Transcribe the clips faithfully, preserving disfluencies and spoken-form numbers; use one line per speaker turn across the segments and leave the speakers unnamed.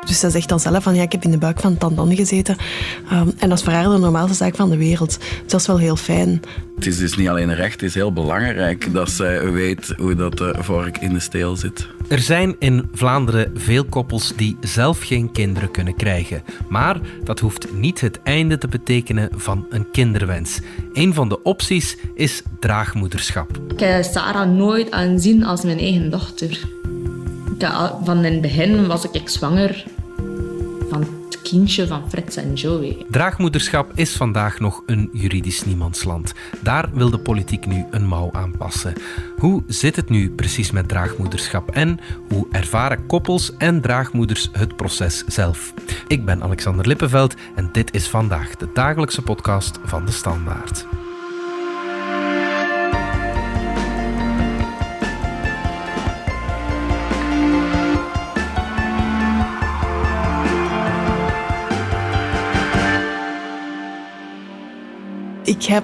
Dus zij zegt dan zelf van, ja, ik heb in de buik van tante Anne gezeten. Um, en dat is voor haar de normaalste zaak van de wereld. Dus dat is wel heel fijn.
Het is dus niet alleen recht, het is heel belangrijk dat zij weet hoe dat de vork in de steel zit.
Er zijn in Vlaanderen veel koppels die zelf geen kinderen kunnen krijgen. Maar dat hoeft niet het einde te betekenen van een kinderwens. Een van de opties is draagmoederschap.
Ik heb Sarah nooit aanzien als mijn eigen dochter. Van in het begin was ik zwanger van het kindje van Frits en Joey.
Draagmoederschap is vandaag nog een juridisch niemandsland. Daar wil de politiek nu een mouw aanpassen. Hoe zit het nu precies met draagmoederschap en hoe ervaren koppels en draagmoeders het proces zelf? Ik ben Alexander Lippenveld en dit is Vandaag, de dagelijkse podcast van De Standaard.
Ik heb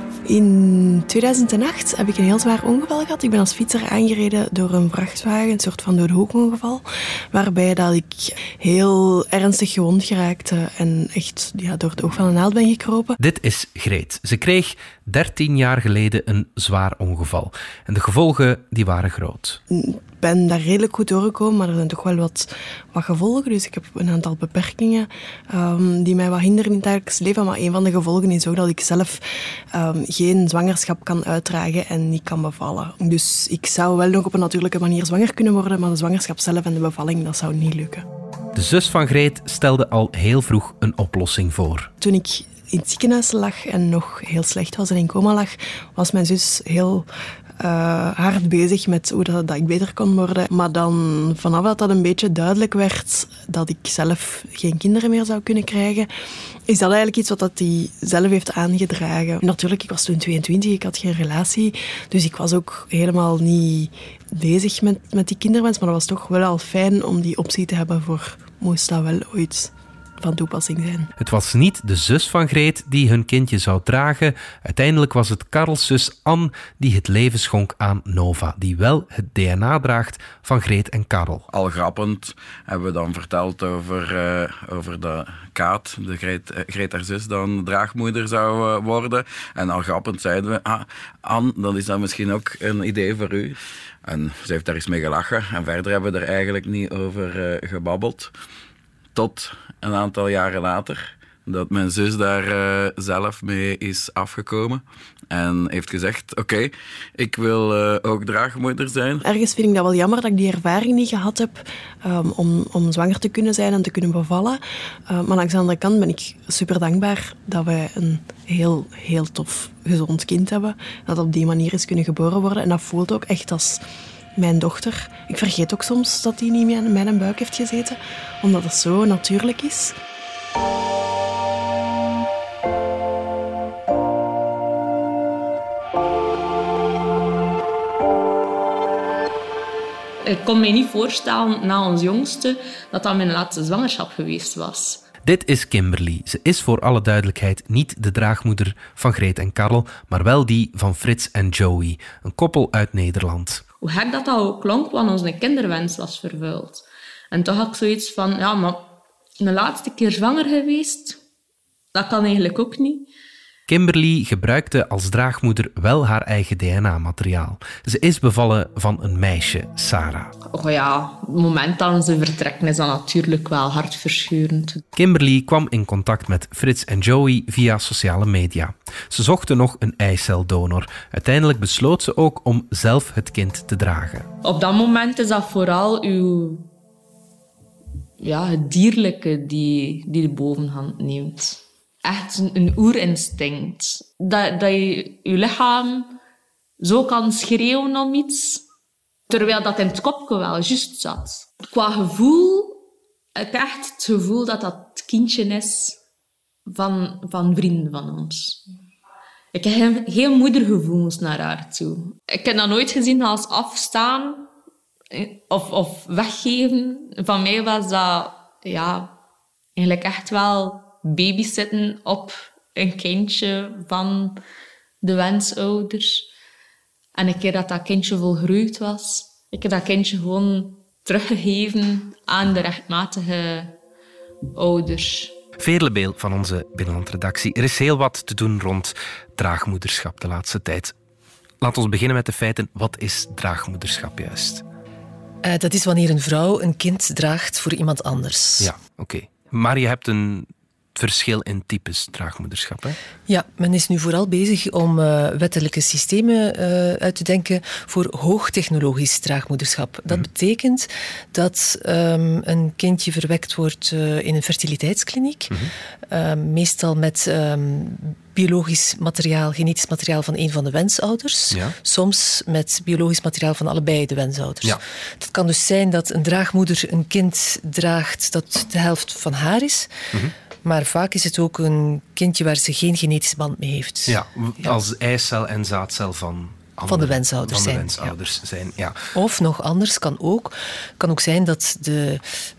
in tweeduizend acht heb ik een heel zwaar ongeval gehad. Ik ben als fietser aangereden door een vrachtwagen, een soort van doodhoek-ongeval, waarbij dat ik heel ernstig gewond geraakte en echt ja, door het oog van een naald ben gekropen.
Dit is Greet. Ze kreeg dertien jaar geleden een zwaar ongeval. En de gevolgen die waren groot.
Ik ben daar redelijk goed doorgekomen, maar er zijn toch wel wat, wat gevolgen. Dus ik heb een aantal beperkingen um, die mij wat hinderen in het dagelijks leven. Maar een van de gevolgen is ook dat ik zelf um, geen zwangerschap kan uitdragen en niet kan bevallen. Dus ik zou wel nog op een natuurlijke manier zwanger kunnen worden, maar de zwangerschap zelf en de bevalling, dat zou niet lukken.
De zus van Greet stelde al heel vroeg een oplossing voor.
Toen ik in het ziekenhuis lag en nog heel slecht was en in coma lag, was mijn zus heel uh, hard bezig met hoe dat, dat ik beter kon worden. Maar dan, vanaf dat dat een beetje duidelijk werd dat ik zelf geen kinderen meer zou kunnen krijgen, is dat eigenlijk iets wat hij zelf heeft aangedragen. Natuurlijk, ik was toen tweeëntwintig, ik had geen relatie, dus ik was ook helemaal niet bezig met, met die kinderwens, maar dat was toch wel al fijn om die optie te hebben voor moest dat wel ooit van toepassing zijn.
Het was niet de zus van Greet die hun kindje zou dragen. Uiteindelijk was het Karels zus Anne die het leven schonk aan Nova, die wel het D N A draagt van Greet en Karel.
Al grappend hebben we dan verteld over, uh, over dat Kaat, de Greet, uh, Greet haar zus, dan draagmoeder zou uh, worden. En al grappend zeiden we, ah, Anne, dat is dan misschien ook een idee voor u. En ze heeft daar eens mee gelachen. En verder hebben we er eigenlijk niet over uh, gebabbeld. Tot een aantal jaren later, dat mijn zus daar uh, zelf mee is afgekomen. En heeft gezegd, oké, okay, ik wil uh, ook draagmoeder zijn.
Ergens vind ik dat wel jammer dat ik die ervaring niet gehad heb um, om, om zwanger te kunnen zijn en te kunnen bevallen. Uh, maar langs de andere kant ben ik super dankbaar dat wij een heel, heel tof, gezond kind hebben. Dat op die manier is kunnen geboren worden. En dat voelt ook echt als mijn dochter. Ik vergeet ook soms dat die niet meer in mijn buik heeft gezeten, omdat het zo natuurlijk is.
Ik kon me niet voorstellen, na ons jongste, dat dat mijn laatste zwangerschap geweest was.
Dit is Kimberly. Ze is voor alle duidelijkheid niet de draagmoeder van Greet en Karel, maar wel die van Frits en Joey, een koppel uit Nederland.
Hoe gek dat dat ook klonk, want onze kinderwens was vervuld. En toch had ik zoiets van, ja, maar de laatste keer zwanger geweest, dat kan eigenlijk ook niet.
Kimberly gebruikte als draagmoeder wel haar eigen D N A-materiaal. Ze is bevallen van een meisje, Sarah.
Oh ja, het moment dat ze vertrekken is dan natuurlijk wel hartverscheurend.
Kimberly kwam in contact met Frits en Joey via sociale media. Ze zochten nog een eiceldonor. Uiteindelijk besloot ze ook om zelf het kind te dragen.
Op dat moment is dat vooral uw, ja, het dierlijke die, die de bovenhand neemt. Echt een, een oerinstinct. Dat, dat je je lichaam zo kan schreeuwen om iets, terwijl dat in het kopje wel juist zat. Qua gevoel, ik heb echt het gevoel dat dat het kindje is van, van vrienden van ons. Ik heb geen, geen moedergevoelens naar haar toe. Ik heb dat nooit gezien als afstaan of, of weggeven. Van mij was dat ja, eigenlijk echt wel babysitten op een kindje van de wensouders. En een keer dat dat kindje volgroeid was, ik heb dat kindje gewoon teruggegeven aan de rechtmatige ouders.
Veerle Beel van onze Binnenlandredactie. Er is heel wat te doen rond draagmoederschap de laatste tijd. Laat ons beginnen met de feiten. Wat is draagmoederschap juist?
Uh, dat is wanneer een vrouw een kind draagt voor iemand anders.
Ja, oké. Okay. Maar je hebt een verschil in types draagmoederschap, hè?
Ja, men is nu vooral bezig om uh, wettelijke systemen uh, uit te denken voor hoogtechnologisch draagmoederschap. Dat mm. betekent dat um, een kindje verwekt wordt uh, in een fertiliteitskliniek, mm-hmm. uh, meestal met um, biologisch materiaal, genetisch materiaal van een van de wensouders. Ja. Soms met biologisch materiaal van allebei de wensouders. Ja. Het kan dus zijn dat een draagmoeder een kind draagt dat de helft van haar is. Mm-hmm. Maar vaak is het ook een kindje waar ze geen genetische band mee heeft. Ja,
als eicel en zaadcel van... Andere,
van de wensouders
van de
zijn.
wensouders ja. zijn ja.
Of nog anders kan ook, kan ook zijn dat de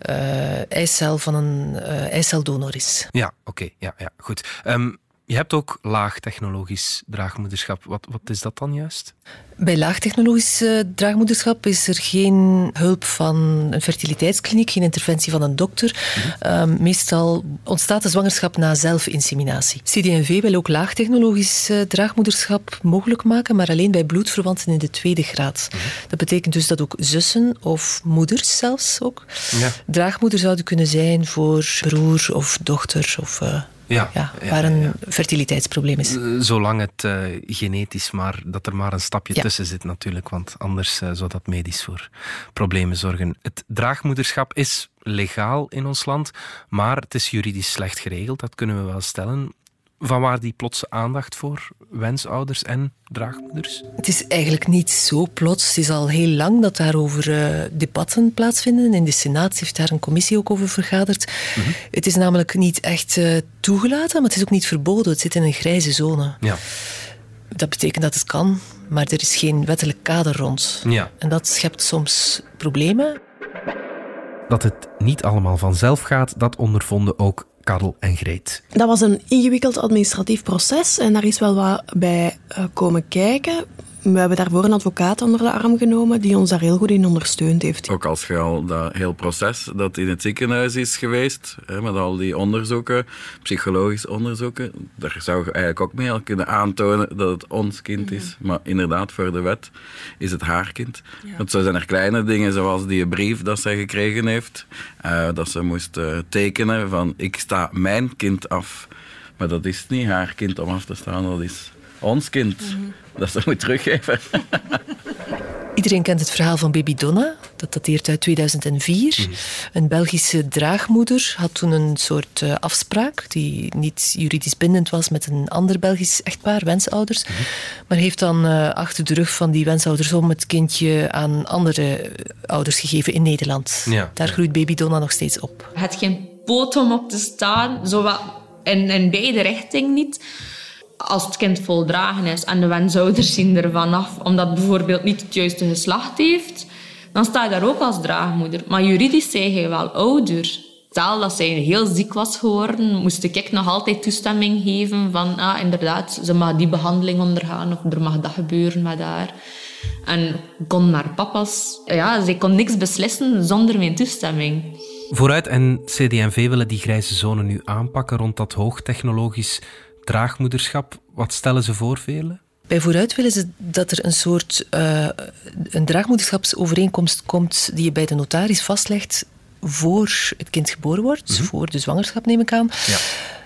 uh, eicel van een uh, eiceldonor is.
Ja, oké. Okay, ja, ja, goed. Um, je hebt ook laagtechnologisch draagmoederschap. Wat, wat is dat dan juist?
Bij laagtechnologisch uh, draagmoederschap is er geen hulp van een fertiliteitskliniek, geen interventie van een dokter. Mm-hmm. Uh, meestal ontstaat de zwangerschap na zelfinseminatie. C D en V wil ook laagtechnologisch uh, draagmoederschap mogelijk maken, maar alleen bij bloedverwanten in de tweede graad. Mm-hmm. Dat betekent dus dat ook zussen of moeders zelfs ook ja. draagmoeder zouden kunnen zijn voor broer of dochter of... Uh, Ja, ja, waar ja, ja, ja. een fertiliteitsprobleem is.
Zolang het uh, genetisch, maar dat er maar een stapje ja. tussen zit natuurlijk, want anders uh, zou dat medisch voor problemen zorgen. Het draagmoederschap is legaal in ons land, maar het is juridisch slecht geregeld, dat kunnen we wel stellen. Vanwaar die plotse aandacht voor wensouders en draagmoeders?
Het is eigenlijk niet zo plots. Het is al heel lang dat daarover uh, debatten plaatsvinden. In de Senaat heeft daar een commissie ook over vergaderd. Mm-hmm. Het is namelijk niet echt uh, toegelaten, maar het is ook niet verboden. Het zit in een grijze zone. Ja. Dat betekent dat het kan, maar er is geen wettelijk kader rond. Ja. En dat schept soms problemen.
Dat het niet allemaal vanzelf gaat, dat ondervonden ook Karel en Greet.
Dat was een ingewikkeld administratief proces en daar is wel wat bij uh, komen kijken. We hebben daarvoor een advocaat onder de arm genomen die ons daar heel goed in ondersteund heeft.
Ook als je al dat heel proces dat in het ziekenhuis is geweest, hè, met al die onderzoeken, psychologische onderzoeken, daar zou je eigenlijk ook mee al kunnen aantonen dat het ons kind is. Mm-hmm. Maar inderdaad, voor de wet is het haar kind. Ja. Want zo zijn er kleine dingen zoals die brief dat zij gekregen heeft, uh, dat ze moest uh, tekenen van ik sta mijn kind af. Maar dat is niet haar kind om af te staan, dat is ons kind. Mm-hmm. Dat ze moet teruggeven.
Iedereen kent het verhaal van baby Donna. Dat dateert uit tweeduizend vier. Mm. Een Belgische draagmoeder had toen een soort uh, afspraak die niet juridisch bindend was met een ander Belgisch echtpaar, wensouders. Mm. Maar heeft dan uh, achter de rug van die wensouders om het kindje aan andere ouders gegeven in Nederland. Ja. Daar groeit baby Donna nog steeds op.
Het had geen poot om op te staan, zowel in, in beide richtingen niet. Als het kind voldragen is en de wensouders zien ervan af omdat het bijvoorbeeld niet het juiste geslacht heeft, dan sta je daar ook als draagmoeder. Maar juridisch zei hij wel ouder. Stel dat zij heel ziek was geworden, moest ik nog altijd toestemming geven van ah, inderdaad, ze mag die behandeling ondergaan of er mag dat gebeuren met haar. En kon naar papa's. Ja, zij kon niks beslissen zonder mijn toestemming.
Vooruit en C D en V willen die grijze zone nu aanpakken rond dat hoogtechnologisch draagmoederschap. Wat stellen ze voor, velen?
Bij Vooruit willen ze dat er een soort uh, een draagmoederschapsovereenkomst komt die je bij de notaris vastlegt voor het kind geboren wordt, mm-hmm. voor de zwangerschap neem ik aan. Ja.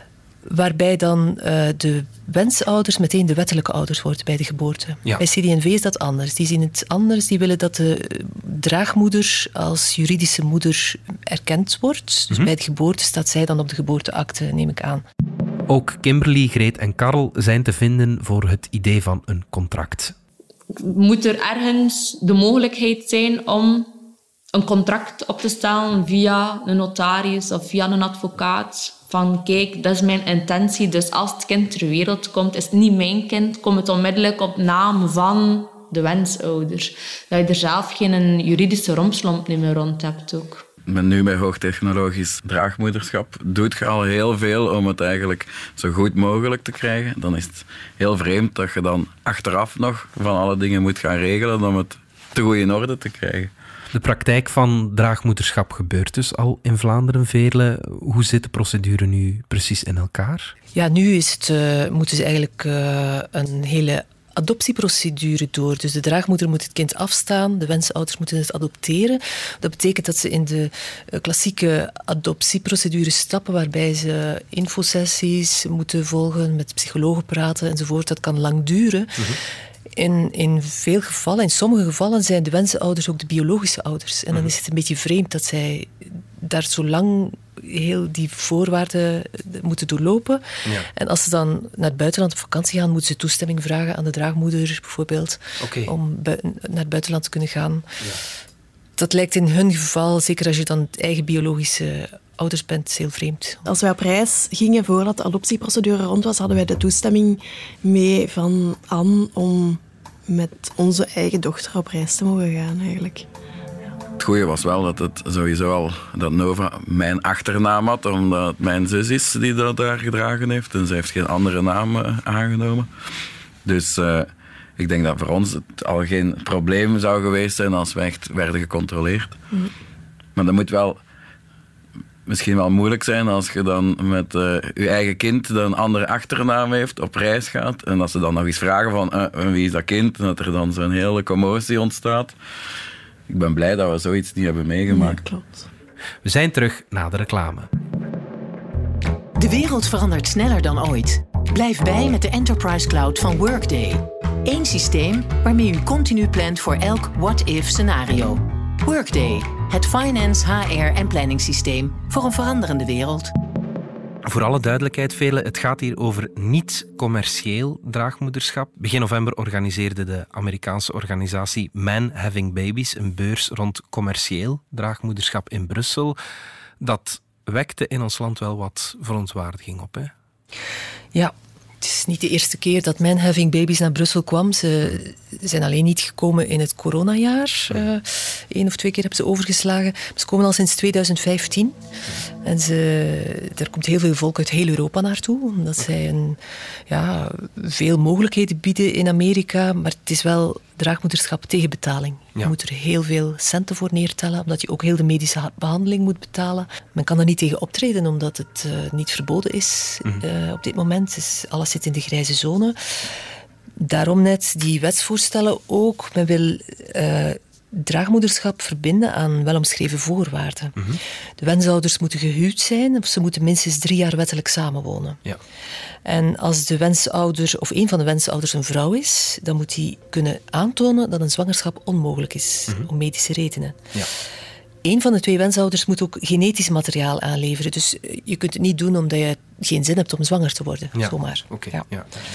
Waarbij dan uh, de wensouders meteen de wettelijke ouders worden bij de geboorte. Ja. Bij C D en V is dat anders. Die zien het anders. Die willen dat de draagmoeder als juridische moeder erkend wordt. Dus mm-hmm. bij de geboorte staat zij dan op de geboorteakte, neem ik aan.
Ook Kimberly, Greet en Karel zijn te vinden voor het idee van een contract.
Moet er ergens de mogelijkheid zijn om een contract op te stellen via een notaris of via een advocaat? Van kijk, dat is mijn intentie, dus als het kind ter wereld komt, is het niet mijn kind, komt het onmiddellijk op naam van de wensouders. Dat je er zelf geen juridische rompslomp meer rond hebt ook.
Maar nu met hoogtechnologisch draagmoederschap doet je al heel veel om het eigenlijk zo goed mogelijk te krijgen. Dan is het heel vreemd dat je dan achteraf nog van alle dingen moet gaan regelen om het te goed in orde te krijgen.
De praktijk van draagmoederschap gebeurt dus al in Vlaanderen, Veerle. Hoe zit de procedure nu precies in elkaar?
Ja, nu is het, uh, moeten ze eigenlijk uh, een hele adoptieprocedure door. Dus de draagmoeder moet het kind afstaan, de wensouders moeten het adopteren. Dat betekent dat ze in de klassieke adoptieprocedure stappen, waarbij ze infosessies moeten volgen, met psychologen praten enzovoort. Dat kan lang duren. Mm-hmm. In, in veel gevallen, in sommige gevallen, zijn de wensouders ook de biologische ouders. En dan is het een beetje vreemd dat zij daar zo lang heel die voorwaarden moeten doorlopen. Ja. En als ze dan naar het buitenland op vakantie gaan, moeten ze toestemming vragen aan de draagmoeder, bijvoorbeeld, okay. om bui- naar het buitenland te kunnen gaan. Ja. Dat lijkt in hun geval, zeker als je dan het eigen biologische ouders bent, heel vreemd.
Als wij op reis gingen voordat de adoptieprocedure rond was, hadden wij de toestemming mee van Anne om met onze eigen dochter op reis te mogen gaan, eigenlijk.
Het goede was wel dat het sowieso al dat Nova mijn achternaam had, omdat het mijn zus is die dat daar gedragen heeft. En ze heeft geen andere naam uh, aangenomen. Dus uh, ik denk dat voor ons het al geen probleem zou geweest zijn als we echt werden gecontroleerd. Mm. Maar dat moet wel misschien wel moeilijk zijn als je dan met uh, je eigen kind dat een andere achternaam heeft, op reis gaat. En als ze dan nog eens vragen van uh, wie is dat kind? En dat er dan zo'n hele commotie ontstaat. Ik ben blij dat we zoiets niet hebben meegemaakt.
Nee, klopt.
We zijn terug na de reclame.
De wereld verandert sneller dan ooit. Blijf bij met de Enterprise Cloud van Workday. Eén systeem waarmee u continu plant voor elk what-if scenario. Workday, het finance, H R en planningssysteem voor een veranderende wereld.
Voor alle duidelijkheid, Veerle, het gaat hier over niet-commercieel draagmoederschap. Begin november organiseerde de Amerikaanse organisatie Men Having Babies een beurs rond commercieel draagmoederschap in Brussel. Dat wekte in ons land wel wat verontwaardiging op, hè?
Ja. Het is niet de eerste keer dat Men Having Babies naar Brussel kwam. Ze zijn alleen niet gekomen in het coronajaar. Uh, Eén of twee keer hebben ze overgeslagen. Ze komen al sinds twintig vijftien. En ze, er komt heel veel volk uit heel Europa naartoe. Omdat zij een, ja, veel mogelijkheden bieden in Amerika. Maar het is wel draagmoederschap tegen betaling. Je ja. moet er heel veel centen voor neertellen, omdat je ook heel de medische behandeling moet betalen. Men kan er niet tegen optreden, omdat het uh, niet verboden is mm-hmm. uh, op dit moment. Dus alles zit in de grijze zone. Daarom net die wetsvoorstellen ook. Men wil uh, draagmoederschap verbinden aan welomschreven voorwaarden. Mm-hmm. De wensouders moeten gehuwd zijn, of ze moeten minstens drie jaar wettelijk samenwonen. Ja. En als de wensouder of een van de wensouders een vrouw is, dan moet hij kunnen aantonen dat een zwangerschap onmogelijk is, mm-hmm. om medische redenen. Ja. Een van de twee wensouders moet ook genetisch materiaal aanleveren. Dus je kunt het niet doen omdat je geen zin hebt om zwanger te worden, ja. zomaar.
Okay.
Ja.
Ja. Ja.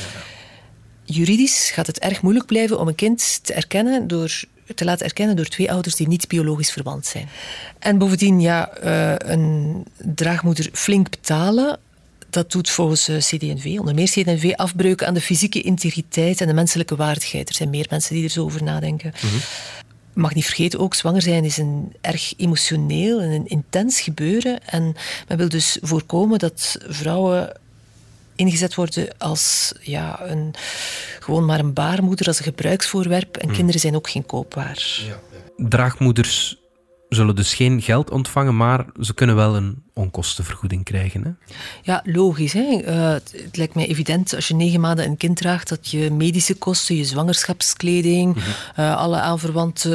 Juridisch gaat het erg moeilijk blijven om een kind te erkennen door te laten erkennen door twee ouders die niet biologisch verwant zijn. En bovendien, ja, uh, een draagmoeder flink betalen, dat doet volgens C D en V, onder meer C D en V, afbreuk aan de fysieke integriteit en de menselijke waardigheid. Er zijn meer mensen die er zo over nadenken. Mm-hmm. Mag niet vergeten, ook zwanger zijn is een erg emotioneel en een intens gebeuren. En men wil dus voorkomen dat vrouwen ingezet worden als ja, een, gewoon maar een baarmoeder, als een gebruiksvoorwerp. En mm. kinderen zijn ook geen koopwaar.
Ja. Draagmoeders zullen dus geen geld ontvangen, maar ze kunnen wel een onkostenvergoeding krijgen. Hè?
Ja, logisch. Hè? Uh, het, het lijkt mij evident, als je negen maanden een kind draagt, dat je medische kosten, je zwangerschapskleding, mm-hmm. uh, alle aanverwante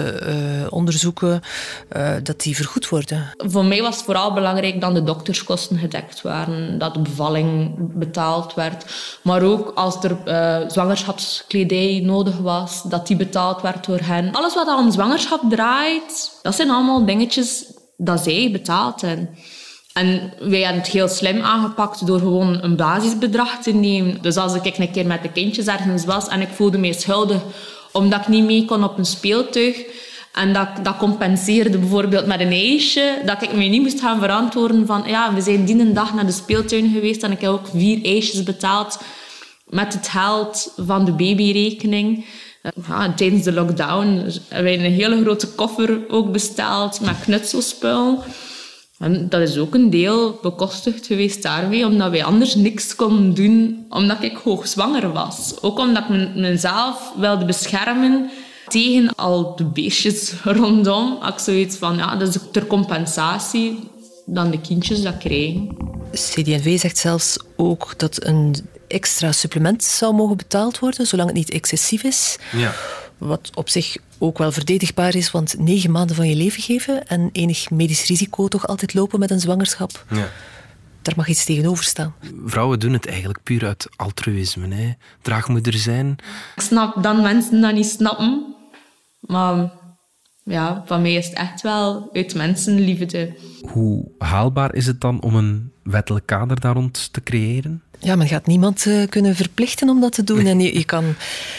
uh, onderzoeken, uh, dat die vergoed worden.
Voor mij was het vooral belangrijk dat de dokterskosten gedekt waren, dat de bevalling betaald werd, maar ook als er uh, zwangerschapskledij nodig was, dat die betaald werd door hen. Alles wat om zwangerschap draait, dat zijn allemaal dingetjes dat zij betaald hebben. En wij hebben het heel slim aangepakt door gewoon een basisbedrag te nemen. Dus als ik een keer met de kindjes ergens was en ik voelde mij schuldig omdat ik niet mee kon op een speeltuig en dat ik dat compenseerde bijvoorbeeld met een ijsje, dat ik mij niet moest gaan verantwoorden van ja, we zijn die een dag naar de speeltuin geweest en ik heb ook vier ijsjes betaald met het geld van de babyrekening. Ja, tijdens de lockdown hebben wij een hele grote koffer ook besteld met knutselspul. En dat is ook een deel bekostigd geweest daarmee, omdat wij anders niks konden doen, omdat ik hoogzwanger was. Ook omdat ik mezelf wilde beschermen Tegen al de beestjes rondom had ik zoiets van, ja, dat is ter compensatie dan de kindjes dat krijgen.
C D en V zegt zelfs ook dat een extra supplement zou mogen betaald worden, zolang het niet excessief is.
Ja.
Wat op zich ook wel verdedigbaar is, want negen maanden van je leven geven en enig medisch risico toch altijd lopen met een zwangerschap.
Ja.
Daar mag iets tegenover staan.
Vrouwen doen het eigenlijk puur uit altruïsme. Hè? Draagmoeder zijn.
Ik snap dat mensen dat niet snappen. Maar ja, van mij is het echt wel uit mensenliefde.
Hoe haalbaar is het dan om een wettelijk kader daar rond te creëren?
Ja, men gaat niemand uh, kunnen verplichten om dat te doen. En je, je kan...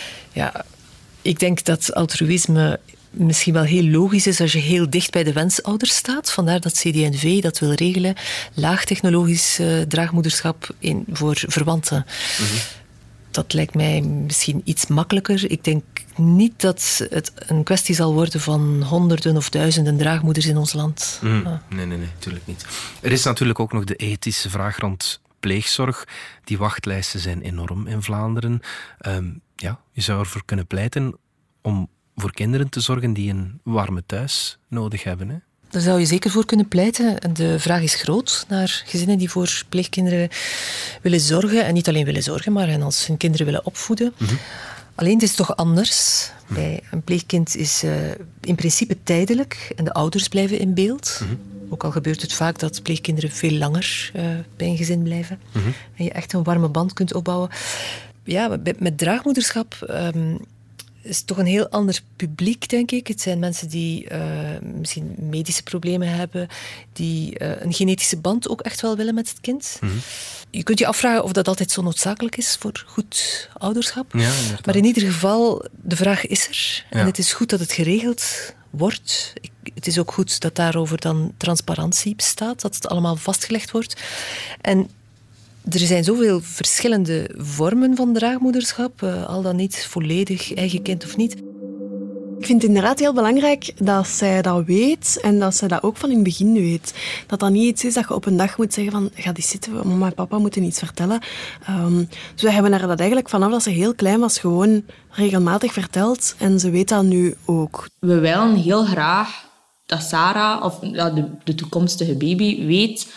Ja, ik denk dat altruïsme misschien wel heel logisch is als je heel dicht bij de wensouders staat. Vandaar dat C D en V dat wil regelen. Laagtechnologisch uh, draagmoederschap in, voor verwanten. Mm-hmm. Dat lijkt mij misschien iets makkelijker. Ik denk niet dat het een kwestie zal worden van honderden of duizenden draagmoeders in ons land.
Mm. Ja. Nee, nee, nee, natuurlijk niet. Er is natuurlijk ook nog de ethische vraag rond pleegzorg. Die wachtlijsten zijn enorm in Vlaanderen. Um, ja, je zou ervoor kunnen pleiten om voor kinderen te zorgen die een warme thuis nodig hebben. Hè?
Daar zou je zeker voor kunnen pleiten. De vraag is groot naar gezinnen die voor pleegkinderen willen zorgen. En niet alleen willen zorgen, maar hen als hun kinderen willen opvoeden. Mm-hmm. Alleen het is toch anders. Mm-hmm. Bij een pleegkind is uh, in principe tijdelijk en de ouders blijven in beeld. Mm-hmm. Ook al gebeurt het vaak dat pleegkinderen veel langer uh, bij een gezin blijven. Mm-hmm. En je echt een warme band kunt opbouwen. Ja, met, met draagmoederschap... Um, is toch een heel ander publiek, denk ik. Het zijn mensen die uh, misschien medische problemen hebben, die uh, een genetische band ook echt wel willen met het kind. Mm-hmm. Je kunt je afvragen of dat altijd zo noodzakelijk is voor goed ouderschap.
Ja,
maar in ieder geval, de vraag is er. En
ja.
het is goed dat het geregeld wordt. Ik, het is ook goed dat daarover dan transparantie bestaat, dat het allemaal vastgelegd wordt. En er zijn zoveel verschillende vormen van draagmoederschap, uh, al dan niet volledig eigen kind of niet.
Ik vind het inderdaad heel belangrijk dat zij dat weet en dat zij dat ook van in het begin weet. Dat dat niet iets is dat je op een dag moet zeggen van ga die zitten, mama en papa moeten iets vertellen. Um, dus wij hebben haar dat eigenlijk vanaf dat ze heel klein was gewoon regelmatig verteld en ze weet dat nu ook.
We willen heel graag dat Sarah, of ja, de, de toekomstige baby, weet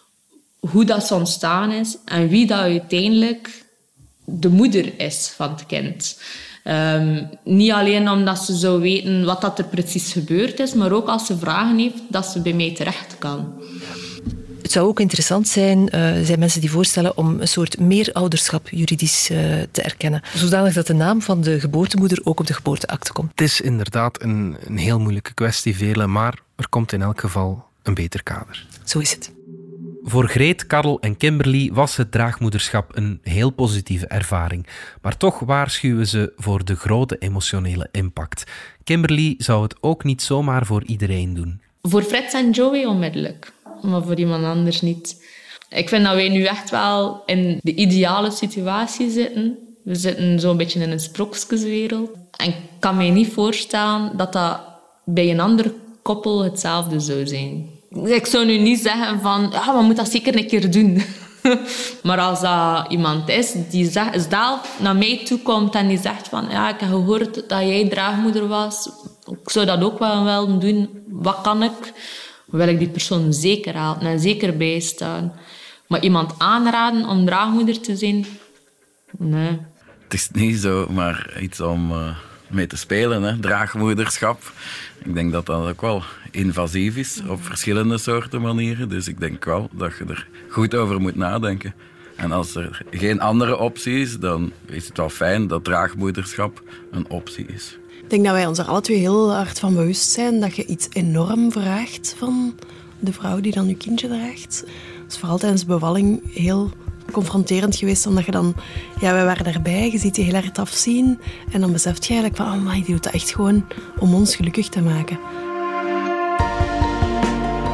hoe dat zo ontstaan is en wie dat uiteindelijk de moeder is van het kind. Um, niet alleen omdat ze zou weten wat dat er precies gebeurd is, maar ook als ze vragen heeft, dat ze bij mij terecht kan.
Het zou ook interessant zijn, uh, er zijn mensen die voorstellen om een soort meerouderschap juridisch uh, te erkennen. Zodanig dat de naam van de geboortemoeder ook op de geboorteakte komt.
Het is inderdaad een, een heel moeilijke kwestie, Veerle, maar er komt in elk geval een beter kader.
Zo is het.
Voor Greet, Karel en Kimberly was het draagmoederschap een heel positieve ervaring. Maar toch waarschuwen ze voor de grote emotionele impact. Kimberly zou het ook niet zomaar voor iedereen doen.
Voor Freds en Joey onmiddellijk, maar voor iemand anders niet. Ik vind dat wij nu echt wel in de ideale situatie zitten. We zitten zo'n beetje in een sprookjeswereld. En ik kan me niet voorstellen dat dat bij een ander koppel hetzelfde zou zijn. Ik zou nu niet zeggen van, ja, we moeten dat zeker een keer doen. Maar als dat iemand is die zelf naar mij toe komt en die zegt van, ja, ik heb gehoord dat jij draagmoeder was, ik zou dat ook wel willen doen. Wat kan ik? Wil ik die persoon zeker helpen en zeker bijstaan. Maar iemand aanraden om draagmoeder te zijn? Nee.
Het is niet zo, maar iets om uh, mee te spelen, hè? Draagmoederschap. Ik denk dat dat ook wel invasief is op verschillende soorten manieren. Dus ik denk wel dat je er goed over moet nadenken. En als er geen andere optie is, dan is het wel fijn dat draagmoederschap een optie is.
Ik denk dat wij ons er alle twee heel hard van bewust zijn dat je iets enorm vraagt van de vrouw die dan je kindje draagt. Dat is vooral tijdens de bevalling heel confronterend geweest, omdat je dan... Ja, wij waren daarbij, je ziet die heel hard afzien en dan beseft je eigenlijk van, oh my, die doet dat echt gewoon om ons gelukkig te maken.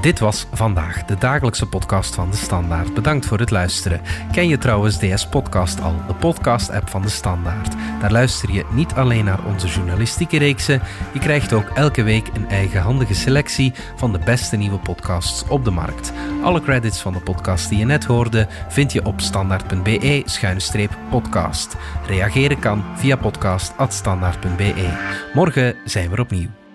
Dit was Vandaag, de dagelijkse podcast van De Standaard. Bedankt voor het luisteren. Ken je trouwens D S Podcast al, de podcast-app van De Standaard? Daar luister je niet alleen naar onze journalistieke reeksen, je krijgt ook elke week een eigenhandige selectie van de beste nieuwe podcasts op de markt. Alle credits van de podcast die je net hoorde vind je op standaard.be schuine streep podcast. Reageren kan via podcast at standaard punt be. Morgen zijn we er opnieuw.